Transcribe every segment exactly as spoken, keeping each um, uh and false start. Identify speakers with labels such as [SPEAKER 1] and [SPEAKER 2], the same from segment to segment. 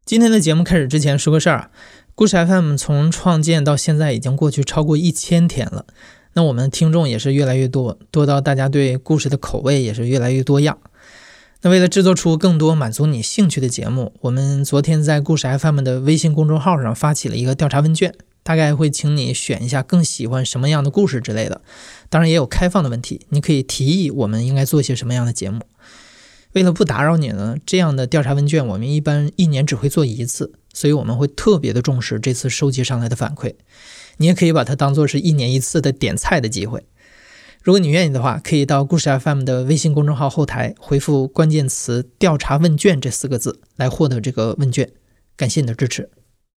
[SPEAKER 1] 今天的节目开始之前说个事儿啊，故事 F M 从创建到现在已经过去超过一千天了，那我们的听众也是越来越多，多到大家对故事的口味也是越来越多样。那为了制作出更多满足你兴趣的节目，我们昨天在故事 F M 的微信公众号上发起了一个调查问卷，大概会请你选一下更喜欢什么样的故事之类的，当然也有开放的问题，你可以提议我们应该做些什么样的节目。为了不打扰你呢，这样的调查问卷我们一般一年只会做一次，所以我们会特别的重视这次收集上来的反馈。你也可以把它当作是一年一次的点菜的机会。如果你愿意的话，可以到故事 F M 的微信公众号后台回复关键词调查问卷这四个字来获得这个问卷，感谢你的支持。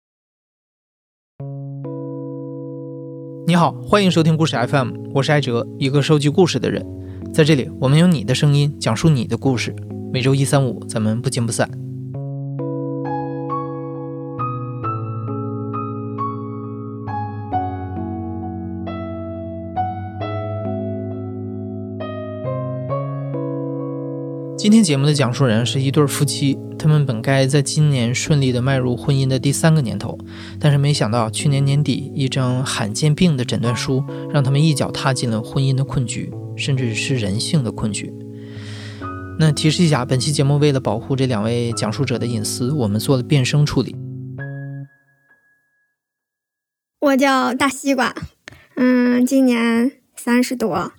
[SPEAKER 1] 你好，欢迎收听故事 F M， 我是艾哲，一个收集故事的人。在这里我们用你的声音讲述你的故事，每周一三五咱们不见不散。今天节目的讲述人是一对夫妻，他们本该在今年顺利的迈入婚姻的第三个年头，但是没想到去年年底一张罕见病的诊断书让他们一脚踏进了婚姻的困局，甚至是人性的困局。那提示一下，本期节目为了保护这两位讲述者的隐私，我们做了变声处理。
[SPEAKER 2] 我叫大西瓜，嗯，今年三十多。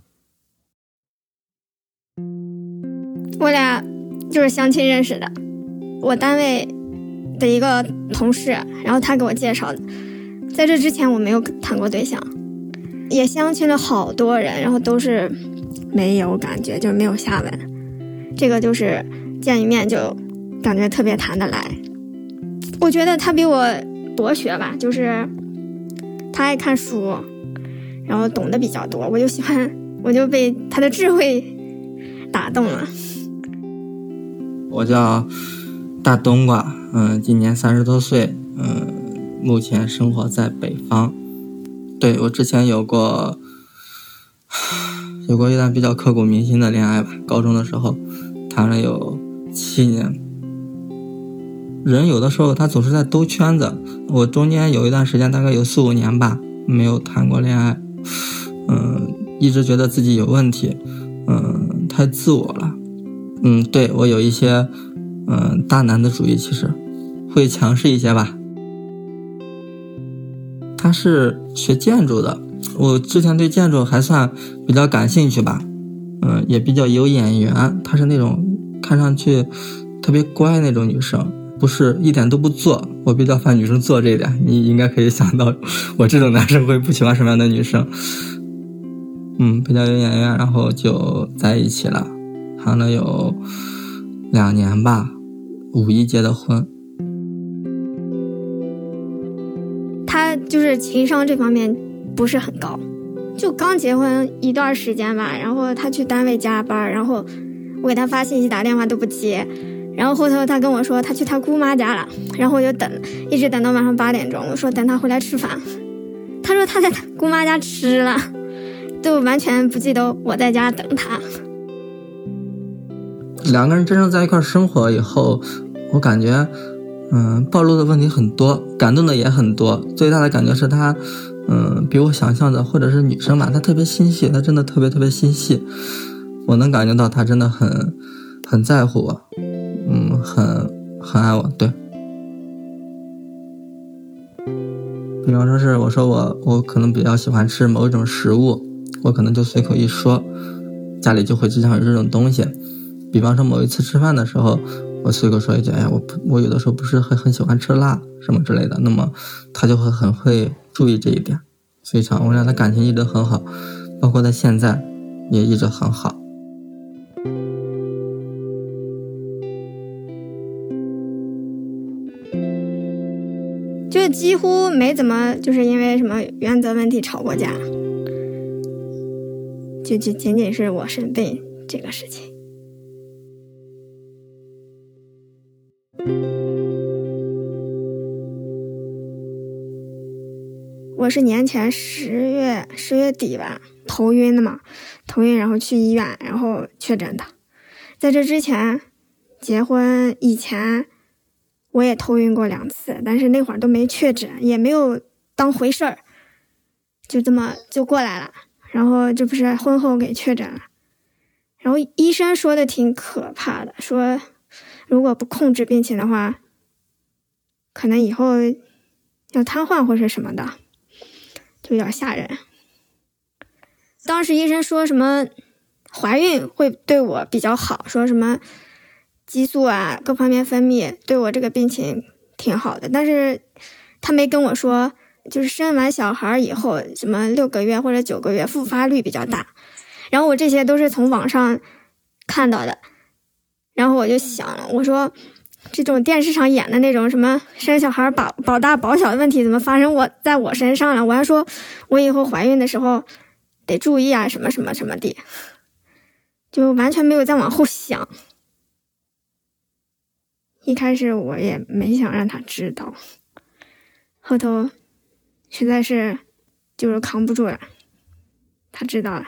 [SPEAKER 2] 我俩就是相亲认识的，我单位的一个同事，然后他给我介绍的。在这之前我没有谈过对象，也相亲了好多人，然后都是没有感觉，就是没有下文。这个就是见一面就感觉特别谈得来。我觉得他比我博学吧，就是他爱看书，然后懂得比较多，我就喜欢，我就被他的智慧打动了。
[SPEAKER 3] 我叫大冬瓜，嗯，今年三十多岁，嗯，目前生活在北方。对，我之前有过有过一段比较刻骨铭心的恋爱吧，高中的时候谈了有七年。人有的时候他总是在兜圈子，我中间有一段时间大概有四五年吧没有谈过恋爱，嗯，一直觉得自己有问题，嗯，太自我了。嗯，对，我有一些嗯大男的主义，其实会强势一些吧。他是学建筑的，我之前对建筑还算比较感兴趣吧，嗯，也比较有眼缘。她是那种看上去特别乖那种女生，不是一点都不做，我比较烦女生做这一点，你应该可以想到我这种男生会不喜欢什么样的女生。嗯，比较有眼缘，然后就在一起了。谈了有两年吧，五一结的婚。
[SPEAKER 2] 他就是情商这方面不是很高，就刚结婚一段时间吧，然后他去单位加班，然后我给他发信息打电话都不接，然后后头他跟我说他去他姑妈家了，然后我就等，一直等到晚上八点钟，我说等他回来吃饭，他说他在他姑妈家吃了，都完全不记得我在家等他。
[SPEAKER 3] 两个人真正在一块生活以后，我感觉嗯，暴露的问题很多，感动的也很多。最大的感觉是他嗯，比我想象的，或者是女生吧，她特别心细，她真的特别特别心细，我能感觉到她真的很很在乎我，嗯，很很爱我。对，比方说是我说我我可能比较喜欢吃某一种食物，我可能就随口一说，家里就会经常有这种东西。比方说某一次吃饭的时候，我随口说一句，哎呀，我我有的时候不是很很喜欢吃辣什么之类的，那么他就会很会注意这一点，非常，我俩的感情一直很好，包括在现在也一直很好。
[SPEAKER 2] 就几乎没怎么就是因为什么原则问题吵过架，就就仅仅是我生病这个事情。我是年前十月十月底吧，头晕的嘛，头晕然后去医院，然后确诊的。在这之前，结婚以前， 我也头晕过两次，但是那会儿都没确诊，也没有当回事儿，就这么就过来了。然后这不是婚后给确诊了，然后医生说的挺可怕的，说如果不控制病情的话，可能以后要瘫痪或是什么的，就有点吓人。当时医生说什么怀孕会对我比较好，说什么激素啊各方面分泌对我这个病情挺好的，但是他没跟我说就是生完小孩以后什么六个月或者九个月复发率比较大，然后我这些都是从网上看到的。然后我就想了，我说这种电视上演的那种什么生小孩保保大保小的问题怎么发生我在我身上了，我还说我以后怀孕的时候得注意啊什么什么什么的，就完全没有再往后想。一开始我也没想让他知道，后头实在是就是扛不住了，他知道了。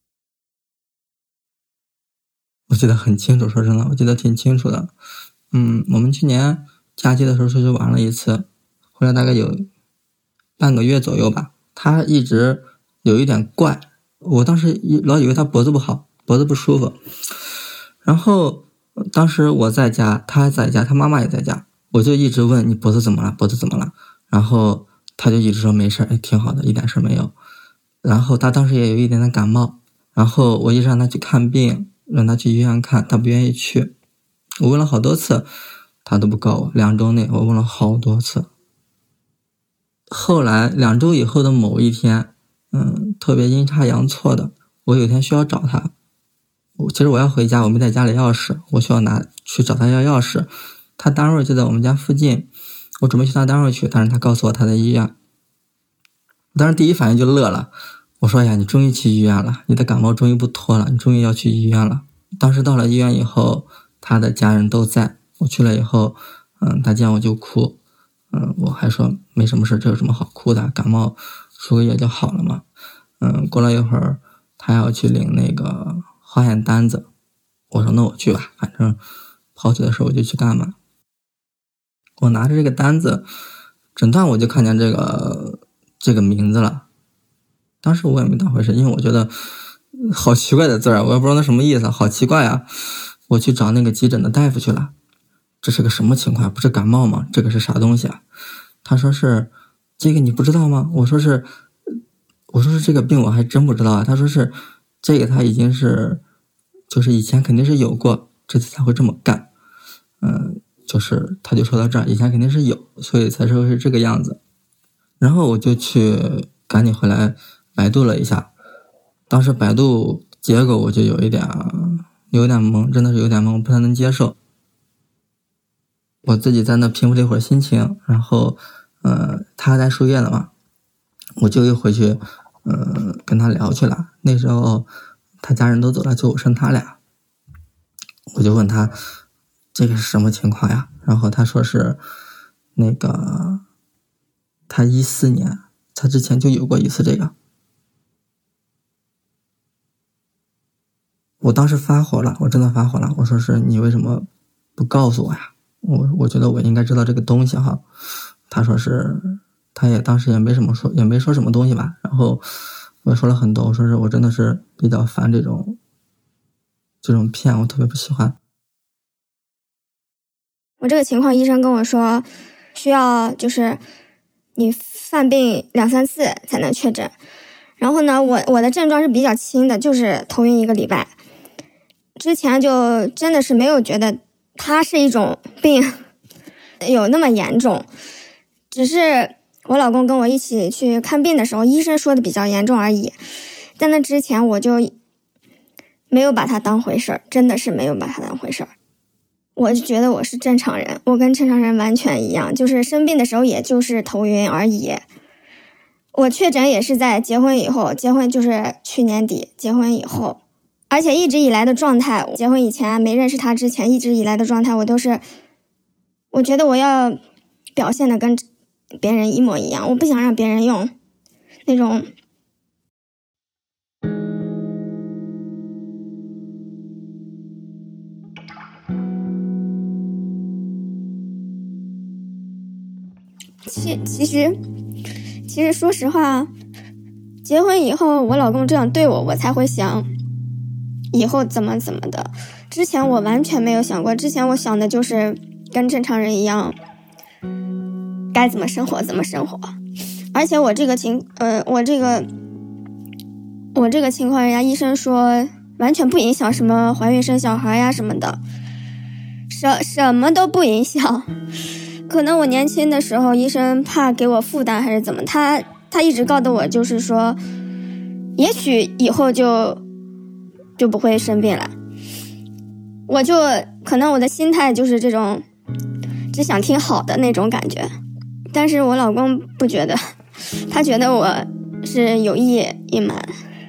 [SPEAKER 3] 我记得很清楚，说真的，我记得挺清楚的。嗯，我们去年假期的时候出去玩了一次，回来大概有半个月左右吧。他一直有一点怪，我当时老以为他脖子不好，脖子不舒服。然后当时我在家，他还在家，他妈妈也在家，我就一直问你脖子怎么了，脖子怎么了？然后他就一直说没事，哎，挺好的，一点事没有。然后他当时也有一点点感冒，然后我一直让他去看病，让他去医院看，他不愿意去。我问了好多次，他都不告我。两周内我问了好多次。后来两周以后的某一天，嗯，特别阴差阳错的，我有一天需要找他。我其实我要回家，我没带家里钥匙，我需要拿去找他要钥匙。他单位就在我们家附近，我准备去他单位去，但是他告诉我他在医院。我当时第一反应就乐了，我说呀，你终于去医院了，你的感冒终于不拖了，你终于要去医院了。当时到了医院以后，他的家人都在，我去了以后，嗯，他见我就哭，嗯，我还说没什么事，这有什么好哭的，感冒输个液就好了嘛。嗯，过了一会儿，他要去领那个化验单子，我说那我去吧，反正跑起的时候我就去干嘛。我拿着这个单子，诊断我就看见这个这个名字了。当时我也没当回事，因为我觉得好奇怪的字儿，我也不知道那什么意思，好奇怪啊！我去找那个急诊的大夫去了，这是个什么情况？不是感冒吗？这个是啥东西啊？他说是这个你不知道吗？我说是，我说是这个病我还真不知道啊。他说是这个他已经是，就是以前肯定是有过，这次才会这么干。嗯，就是他就说到这儿，以前肯定是有，所以才是会是这个样子。然后我就去赶紧回来百度了一下，当时百度结果我就有一点有点懵，真的是有点懵，我不太能接受。我自己在那平复了一会儿心情，然后呃他还在输液了嘛，我就又回去呃跟他聊去了。那时候他家人都走了，就我剩他俩。我就问他这个是什么情况呀？然后他说是那个他一四年他之前就有过一次这个。我当时发火了，我真的发火了，我说是你为什么不告诉我呀？我我觉得我应该知道这个东西哈。他说是他也当时也没什么说，也没说什么东西吧。然后我说了很多，我说是我真的是比较烦这种这种骗，我特别不喜欢。
[SPEAKER 2] 我这个情况医生跟我说需要就是你犯病两三次才能确诊。然后呢，我我的症状是比较轻的，就是头晕一个礼拜。之前就真的是没有觉得它是一种病有那么严重，只是我老公跟我一起去看病的时候，医生说的比较严重而已。在那之前我就没有把它当回事儿，真的是没有把它当回事儿。我就觉得我是正常人，我跟正常人完全一样，就是生病的时候也就是头晕而已。我确诊也是在结婚以后，结婚就是去年底结婚以后，而且一直以来的状态，结婚以前没认识他之前，一直以来的状态我都是，我觉得我要表现的跟别人一模一样，我不想让别人用那种其其实其实说实话，结婚以后我老公这样对我，我才会想以后怎么怎么的。之前我完全没有想过，之前我想的就是跟正常人一样，该怎么生活怎么生活。而且我这个情呃我这个我这个情况，人家医生说完全不影响什么怀孕生小孩呀什么的，什什么都不影响。可能我年轻的时候医生怕给我负担还是怎么，他他一直告诉我就是说也许以后就就不会生病了。我就可能我的心态就是这种只想听好的那种感觉，但是我老公不觉得，他觉得我是有意隐瞒。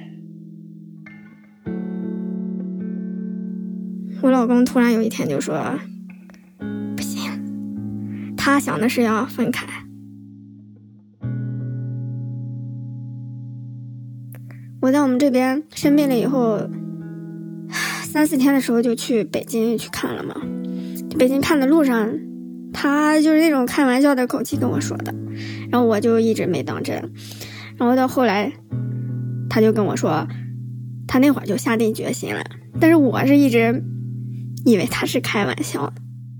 [SPEAKER 2] 我老公突然有一天就说不行，他想的是要分开。我在我们这边生病了以后三四天的时候就去北京去看了嘛，北京看的路上他就是那种开玩笑的口气跟我说的，然后我就一直没当真，然后到后来他就跟我说他那会儿就下定决心了，但是我是一直以为他是开玩笑的。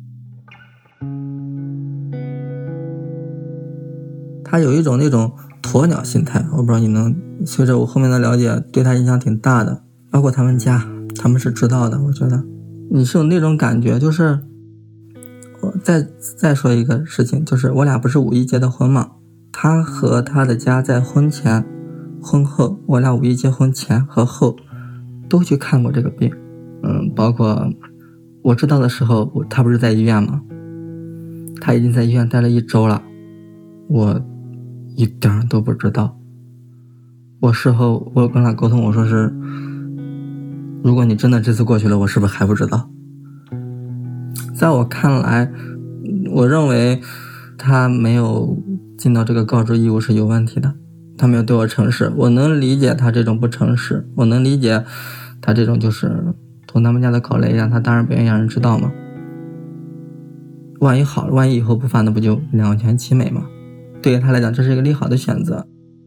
[SPEAKER 3] 他有一种那种鸵鸟心态，我不知道你能随着我后面的了解对他影响挺大的，包括他们家他们是知道的。我觉得你是有那种感觉，就是我再再说一个事情，就是我俩不是五一结的婚嘛，他和他的家在婚前婚后，我俩五一结婚前和后都去看过这个病。嗯，包括我知道的时候他不是在医院吗，他已经在医院待了一周了，我一点都不知道。我事后我跟他沟通，我说是如果你真的这次过去了，我是不是还不知道。在我看来，我认为他没有尽到这个告知义务是有问题的，他没有对我诚实。我能理解他这种不诚实，我能理解他这种就是图他们家的考虑，让他当然不愿意让人知道嘛。万一好了，万一以后不犯的不就两全其美吗？对于他来讲，这是一个利好的选择。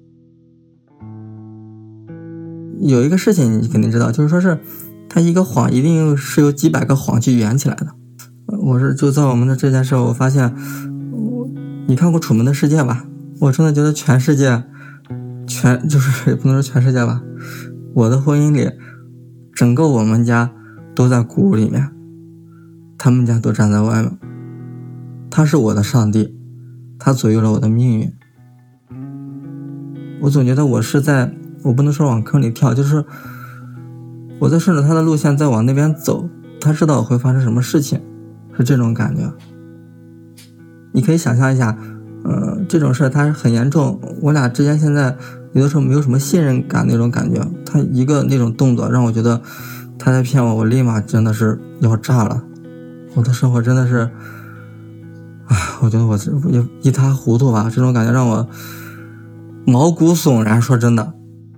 [SPEAKER 3] 有一个事情你肯定知道，就是说是他一个谎一定是由几百个谎去圆起来的。我是就在我们的这件事，我发现我你看过《楚门的世界》吧？我真的觉得全世界全就是也不能说全世界吧，我的婚姻里整个我们家都在鼓舞里面，他们家都站在外面。他是我的上帝，他左右了我的命运。我总觉得我是在，我不能说往坑里跳，就是我在顺着他的路线在往那边走，他知道我会发生什么事情，是这种感觉。你可以想象一下，呃，这种事它很严重，我俩之间现在有的时候没有什么信任感那种感觉，他一个那种动作让我觉得他在骗我，我立马真的是要炸了，我的生活真的是唉，我觉得我也一塌糊涂吧，这种感觉让我毛骨悚然，说真的。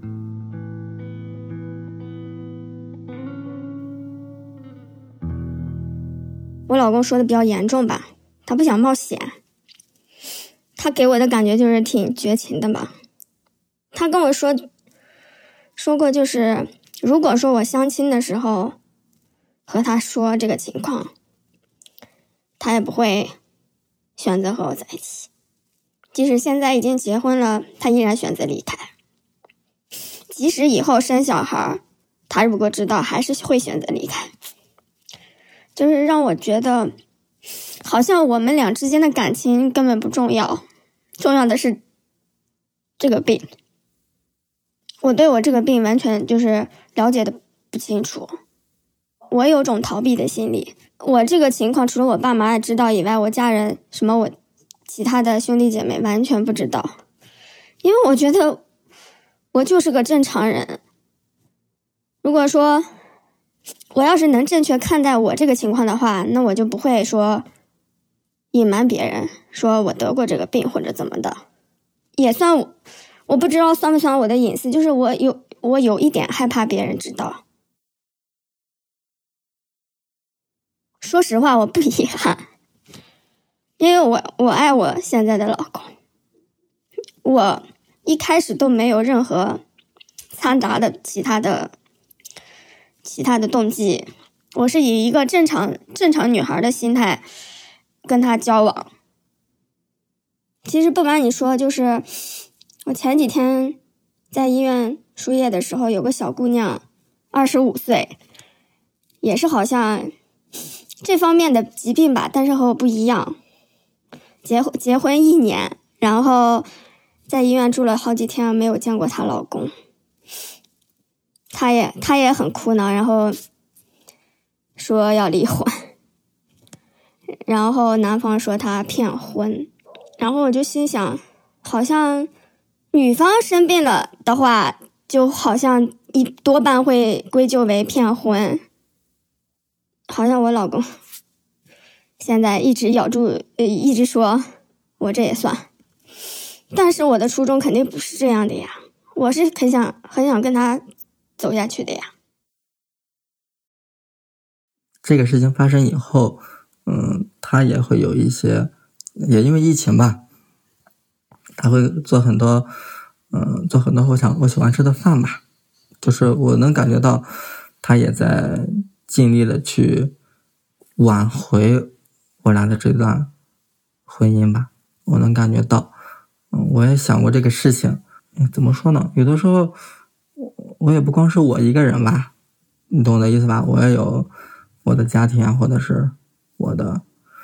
[SPEAKER 2] 我老公说的比较严重吧，他不想冒险，他给我的感觉就是挺绝情的吧。他跟我说说过，就是如果说我相亲的时候和他说这个情况，他也不会选择和我在一起，即使现在已经结婚了，他依然选择离开。即使以后生小孩，他如果知道还是会选择离开。就是让我觉得好像我们俩之间的感情根本不重要，重要的是这个病。我对我这个病完全就是了解的不清楚，我有种逃避的心理。我这个情况除了我爸妈知道以外，我家人什么我其他的兄弟姐妹完全不知道，因为我觉得我就是个正常人。如果说我要是能正确看待我这个情况的话，那我就不会说隐瞒别人说我得过这个病或者怎么的，也算我我不知道算不算我的隐私，就是我有我有一点害怕别人知道。说实话我不遗憾，因因为我我爱我现在的老公，我一开始都没有任何掺杂的其他的其他的动机，我是以一个正常正常女孩的心态跟他交往。其实不瞒你说，就是我前几天在医院输液的时候，有个小姑娘二十五岁，也是好像这方面的疾病吧，但是和我不一样。结婚结婚一年，然后在医院住了好几天，没有见过她老公。她也她也很苦恼，然后说要离婚，然后男方说他骗婚，然后我就心想，好像女方生病了的话，就好像一多半会归咎为骗婚。好像我老公现在一直咬住，呃，一直说我这也算，但是我的初衷肯定不是这样的呀，我是很想很想跟他走下去的呀。
[SPEAKER 3] 这个事情发生以后，嗯，他也会有一些，也因为疫情吧，他会做很多，嗯，做很多我想我喜欢吃的饭吧，就是我能感觉到他也在尽力的去挽回我俩的这段婚姻吧，我能感觉到。嗯，我也想过这个事情，怎么说呢？有的时候我也不光是我一个人吧，你懂我的意思吧？我也有我的家庭啊，或者是我的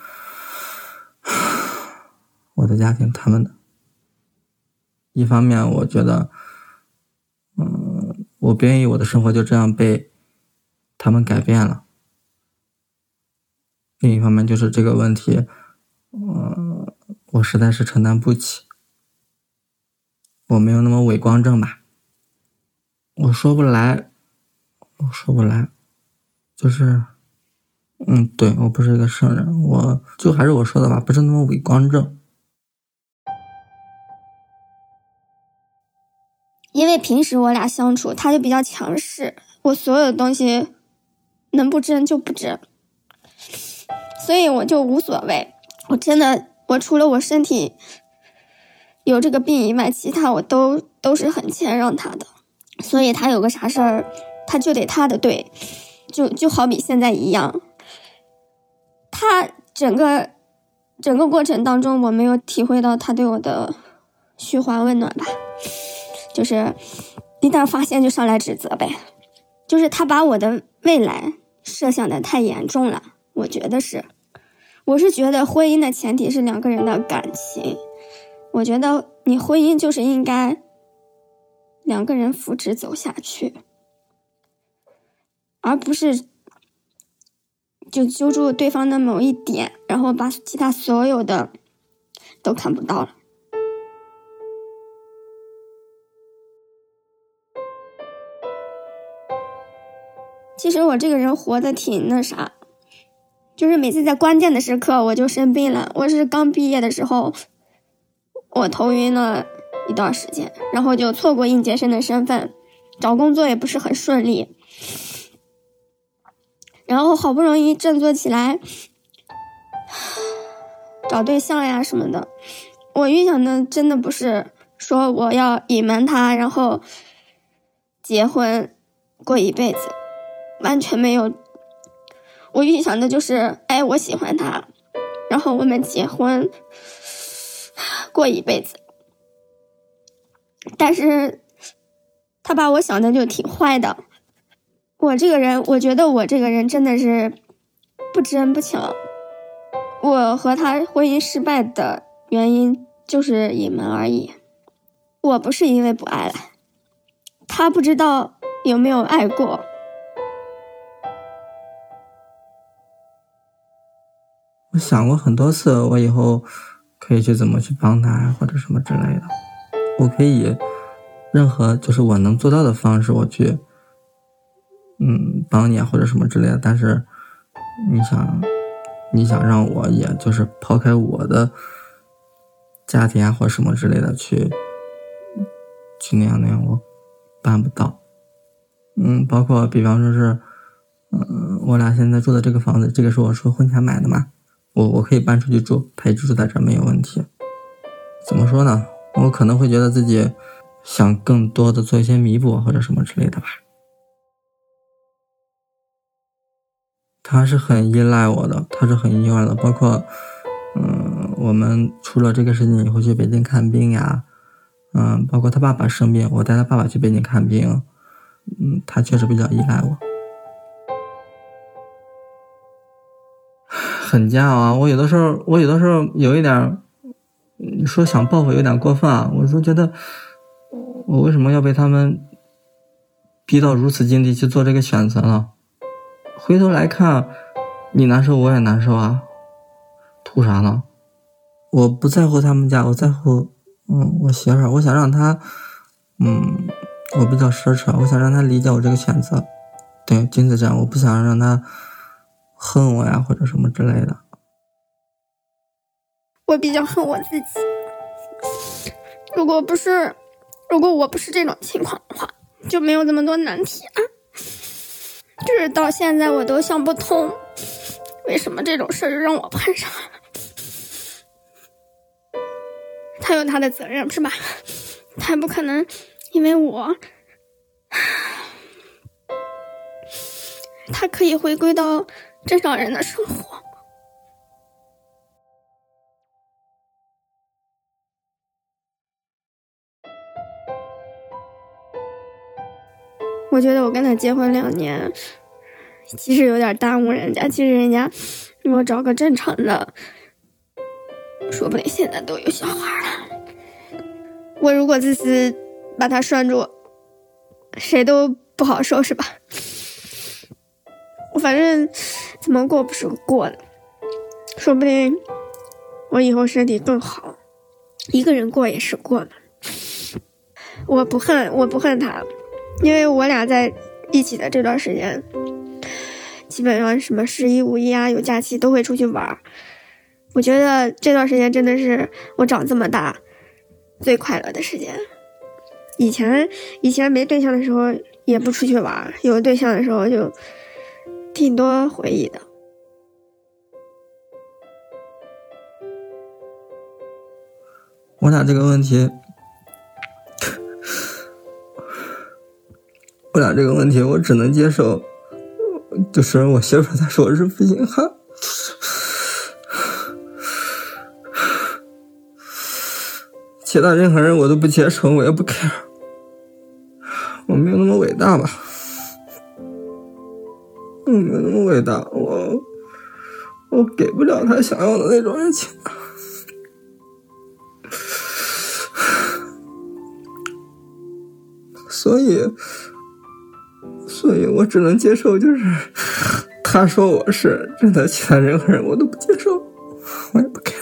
[SPEAKER 3] 我的家庭他们的。一方面我觉得嗯，我不愿意我的生活就这样被他们改变了。另一方面就是这个问题嗯，我实在是承担不起，我没有那么伟光正吧，我说不来我说不来就是嗯，对，我不是一个圣人，我就还是我说的吧，不是那么伟光正。
[SPEAKER 2] 因为平时我俩相处，他就比较强势，我所有的东西能不争就不争，所以我就无所谓。我真的，我除了我身体有这个病以外，其他我都都是很谦让他的。所以他有个啥事儿，他就得他的对，就就好比现在一样。他整个整个过程当中，我没有体会到他对我的嘘寒问暖吧，就是一旦发现就上来指责呗，就是他把我的未来设想的太严重了，我觉得是，我是觉得婚姻的前提是两个人的感情，我觉得你婚姻就是应该两个人扶持走下去，而不是就揪住对方的某一点，然后把其他所有的都看不到了。其实我这个人活得挺那啥，就是每次在关键的时刻我就生病了。我是刚毕业的时候，我头晕了一段时间，然后就错过应届生的身份，找工作也不是很顺利，然后好不容易振作起来，找对象呀什么的。我预想的真的不是说我要隐瞒他，然后结婚过一辈子，完全没有。我预想的就是哎，我喜欢他，然后我们结婚过一辈子。但是他把我想的就挺坏的。我这个人，我觉得我这个人真的是不争不抢。我和他婚姻失败的原因就是隐瞒而已。我不是因为不爱了，他不知道有没有爱过。
[SPEAKER 3] 我想过很多次，我以后可以去怎么去帮他或者什么之类的，我可以以任何就是我能做到的方式我去嗯帮你啊或者什么之类的，但是你想你想让我也就是抛开我的家庭啊或者什么之类的去去那样那样，我办不到。嗯，包括比方说是嗯我俩现在住的这个房子，这个是我说婚前买的嘛， 我我可以搬出去住，他一直住在这没有问题。怎么说呢，我可能会觉得自己想更多的做一些弥补或者什么之类的吧。他是很依赖我的，他是很依赖的，包括嗯，我们出了这个事情以后去北京看病呀，嗯，包括他爸爸生病，我带他爸爸去北京看病，嗯，他确实比较依赖我。很煎熬啊！我有的时候，我有的时候有一点，你说想报复有点过分啊！我说觉得，我为什么要被他们逼到如此境地去做这个选择呢？回头来看，你难受我也难受啊，图啥呢？我不在乎他们家，我在乎，嗯，我媳妇儿，我想让她，嗯，我比较奢侈，我想让她理解我这个选择，对，仅此这样，我不想让她恨我呀，或者什么之类的。
[SPEAKER 2] 我比较恨我自己。如果不是，如果我不是这种情况的话，就没有这么多难题啊。就是到现在我都想不通，为什么这种事儿让我碰上了？他有他的责任是吧？他不可能因为我，他可以回归到正常人的生活。我觉得我跟他结婚两年，其实有点耽误人家。其实人家如果找个正常的，说不定现在都有小孩了。我如果自私把他拴住，谁都不好受是吧？我反正怎么过不是过的，说不定我以后身体更好，一个人过也是过的。我不恨，我不恨他，因为我俩在一起的这段时间，基本上什么十一五一啊，有假期都会出去玩。我觉得这段时间真的是我长这么大最快乐的时间。以前以前没对象的时候也不出去玩，有对象的时候就挺多回忆的。
[SPEAKER 3] 我俩这个问题我俩这个问题我只能接受，就是我媳妇她说我是负心汉，其他任何人我都不接受，我也不 care， 我没有那么伟大吧，我没有那么伟大，我我给不了他想要的那种爱情。所以所以我只能接受，就是他说我是，真的其他任何人我都不接受，我也不 care。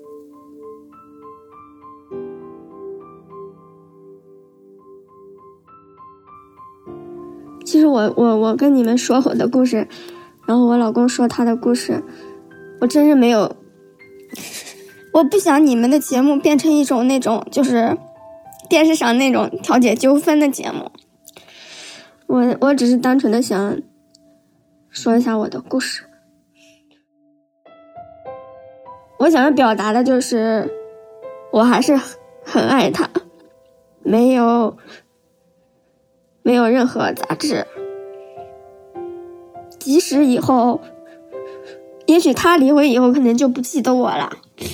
[SPEAKER 2] 其实我我我跟你们说我的故事，然后我老公说他的故事，我真是没有，我不想你们的节目变成一种那种就是电视上那种调解纠纷的节目。我我只是单纯的想说一下我的故事。我想要表达的就是我还是很爱他，没有没有任何杂质。即使以后也许他离婚以后可能就不记得我了，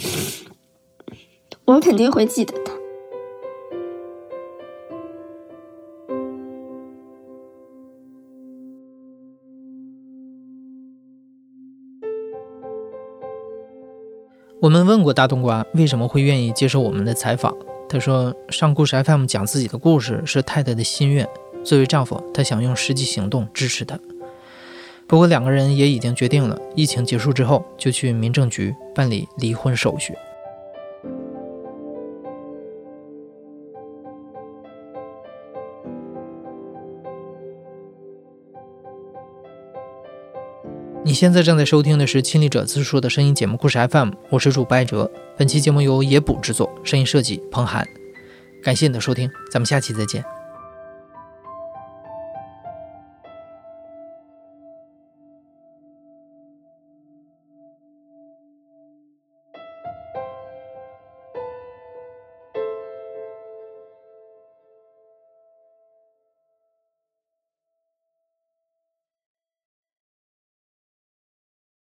[SPEAKER 2] 我肯定会记得他。
[SPEAKER 1] 我们问过大冬瓜为什么会愿意接受我们的采访，他说上故事 F M 讲自己的故事是太太的心愿，作为丈夫他想用实际行动支持她。不过两个人也已经决定了，疫情结束之后就去民政局办理离婚手续。你现在正在收听的是亲历者自述的声音节目故事 F M， 我是主播艾哲。本期节目由野捕制作，声音设计彭涵。感谢你的收听，咱们下期再见。